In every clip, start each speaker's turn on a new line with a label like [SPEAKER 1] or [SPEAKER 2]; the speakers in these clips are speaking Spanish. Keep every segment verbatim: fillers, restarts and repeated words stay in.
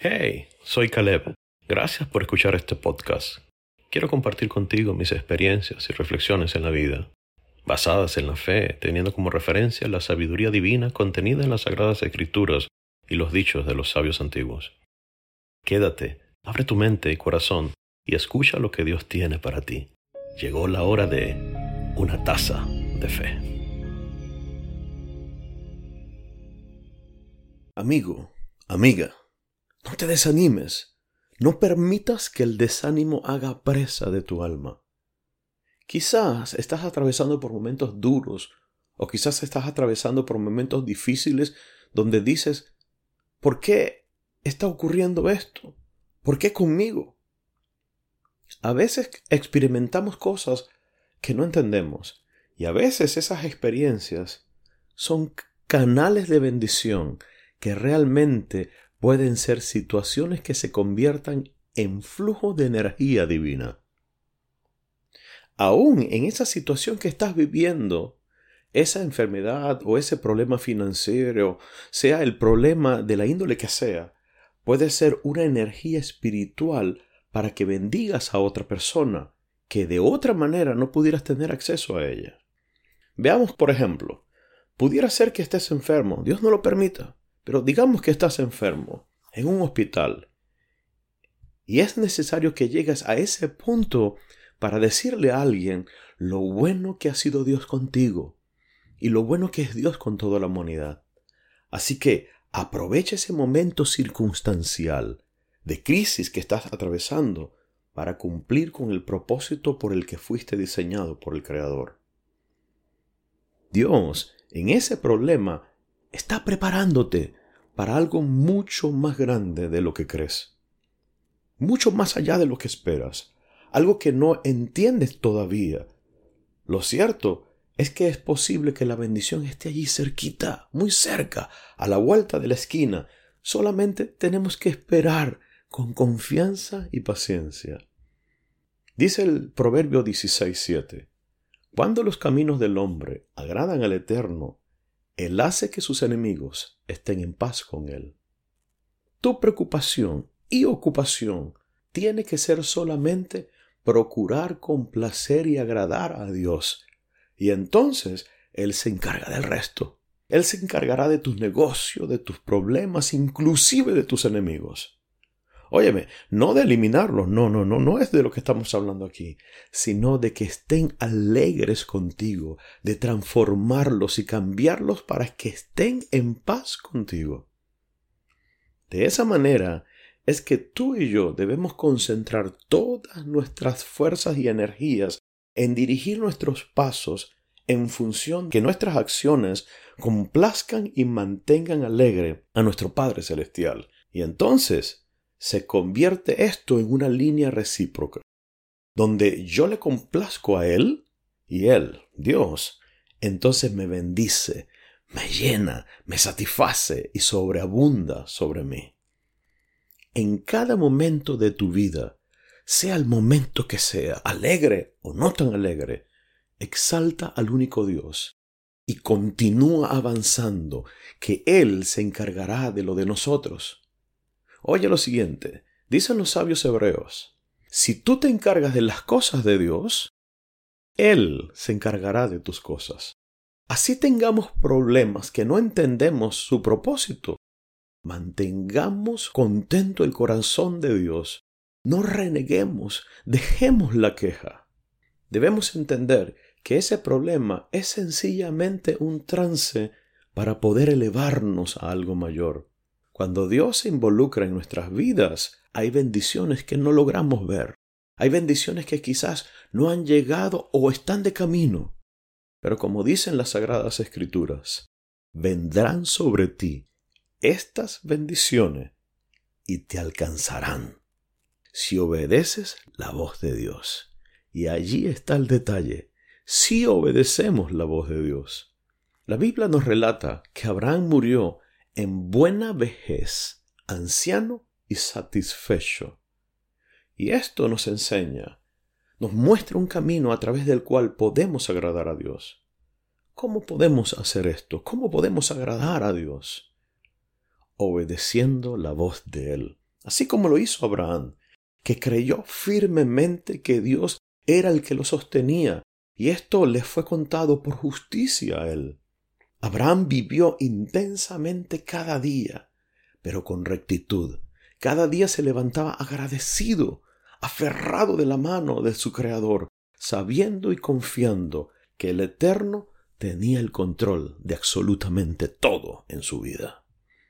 [SPEAKER 1] Hey, soy Caleb. Gracias por escuchar este podcast. Quiero compartir contigo mis experiencias y reflexiones en la vida, basadas en la fe, teniendo como referencia la sabiduría divina contenida en las Sagradas Escrituras y los dichos de los sabios antiguos. Quédate, abre tu mente y corazón y escucha lo que Dios tiene para ti. Llegó la hora de una taza de fe.
[SPEAKER 2] Amigo, amiga, no te desanimes. No permitas que el desánimo haga presa de tu alma. Quizás estás atravesando por momentos duros o quizás estás atravesando por momentos difíciles donde dices, ¿por qué está ocurriendo esto? ¿Por qué conmigo? A veces experimentamos cosas que no entendemos y a veces esas experiencias son canales de bendición que realmente pueden ser situaciones que se conviertan en flujo de energía divina. Aún en esa situación que estás viviendo, esa enfermedad o ese problema financiero, sea el problema de la índole que sea, puede ser una energía espiritual para que bendigas a otra persona que de otra manera no pudieras tener acceso a ella. Veamos, por ejemplo, pudiera ser que estés enfermo, Dios no lo permita, pero digamos que estás enfermo en un hospital y es necesario que llegues a ese punto para decirle a alguien lo bueno que ha sido Dios contigo y lo bueno que es Dios con toda la humanidad. Así que aprovecha ese momento circunstancial de crisis que estás atravesando para cumplir con el propósito por el que fuiste diseñado por el Creador. Dios, en ese problema, está preparándote para algo mucho más grande de lo que crees. Mucho más allá de lo que esperas. Algo que no entiendes todavía. Lo cierto es que es posible que la bendición esté allí cerquita, muy cerca, a la vuelta de la esquina. Solamente tenemos que esperar con confianza y paciencia. Dice el Proverbio dieciséis siete. Cuando los caminos del hombre agradan al Eterno, Él hace que sus enemigos estén en paz con Él. Tu preocupación y ocupación tiene que ser solamente procurar complacer y agradar a Dios. Y entonces Él se encarga del resto. Él se encargará de tus negocios, de tus problemas, inclusive de tus enemigos. Óyeme, no de eliminarlos, no, no, no, no es de lo que estamos hablando aquí, sino de que estén alegres contigo, de transformarlos y cambiarlos para que estén en paz contigo. De esa manera es que tú y yo debemos concentrar todas nuestras fuerzas y energías en dirigir nuestros pasos en función de que nuestras acciones complazcan y mantengan alegre a nuestro Padre Celestial. Y entonces se convierte esto en una línea recíproca, donde yo le complazco a Él y Él, Dios, entonces me bendice, me llena, me satisface y sobreabunda sobre mí. En cada momento de tu vida, sea el momento que sea, alegre o no tan alegre, exalta al único Dios y continúa avanzando, que Él se encargará de lo de nosotros. Oye lo siguiente, dicen los sabios hebreos, si tú te encargas de las cosas de Dios, Él se encargará de tus cosas. Así tengamos problemas que no entendemos su propósito, mantengamos contento el corazón de Dios. No reneguemos, dejemos la queja. Debemos entender que ese problema es sencillamente un trance para poder elevarnos a algo mayor. Cuando Dios se involucra en nuestras vidas, hay bendiciones que no logramos ver. Hay bendiciones que quizás no han llegado o están de camino. Pero como dicen las Sagradas Escrituras, vendrán sobre ti estas bendiciones y te alcanzarán si obedeces la voz de Dios. Y allí está el detalle, si obedecemos la voz de Dios. La Biblia nos relata que Abraham murió en buena vejez, anciano y satisfecho. Y esto nos enseña, nos muestra un camino a través del cual podemos agradar a Dios. ¿Cómo podemos hacer esto? ¿Cómo podemos agradar a Dios? Obedeciendo la voz de Él. así como lo hizo Abraham, que creyó firmemente que Dios era el que lo sostenía, y esto le fue contado por justicia a él. Abraham vivió intensamente cada día, pero con rectitud. Cada día se levantaba agradecido, aferrado de la mano de su Creador, sabiendo y confiando que el Eterno tenía el control de absolutamente todo en su vida.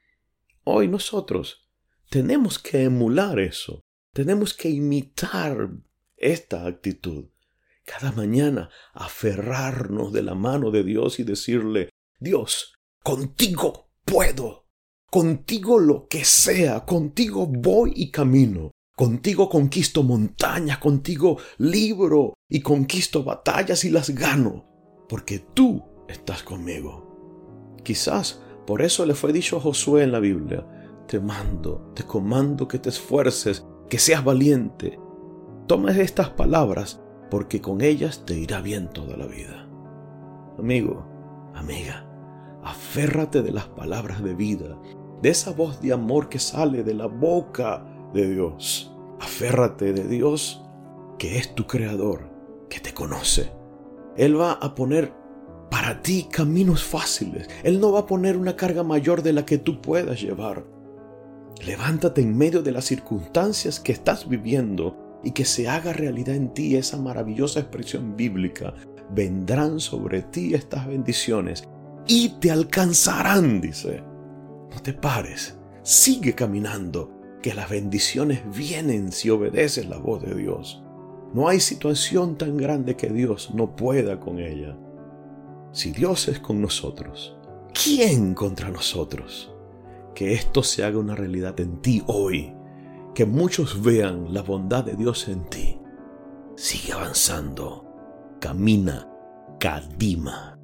[SPEAKER 2] Hoy nosotros tenemos que emular eso, tenemos que imitar esta actitud. Cada mañana aferrarnos de la mano de Dios y decirle: Dios, contigo puedo, contigo lo que sea, contigo voy y camino, contigo conquisto montañas, contigo libro y conquisto batallas y las gano, porque tú estás conmigo. Quizás por eso le fue dicho a Josué en la Biblia: te mando, te comando que te esfuerces, que seas valiente. Toma estas palabras, porque con ellas te irá bien toda la vida. Amigo, amiga, aférrate de las palabras de vida, de esa voz de amor que sale de la boca de Dios. Aférrate de Dios, que es tu Creador, que te conoce. Él va a poner para ti caminos fáciles. Él no va a poner una carga mayor de la que tú puedas llevar. Levántate en medio de las circunstancias que estás viviendo y que se haga realidad en ti esa maravillosa expresión bíblica. Vendrán sobre ti estas bendiciones y te alcanzarán, dice. No te pares, sigue caminando, que las bendiciones vienen si obedeces la voz de Dios. No hay situación tan grande que Dios no pueda con ella. Si Dios es con nosotros, ¿quién contra nosotros? Que esto se haga una realidad en ti hoy, que muchos vean la bondad de Dios en ti. Sigue avanzando, camina, Kadima.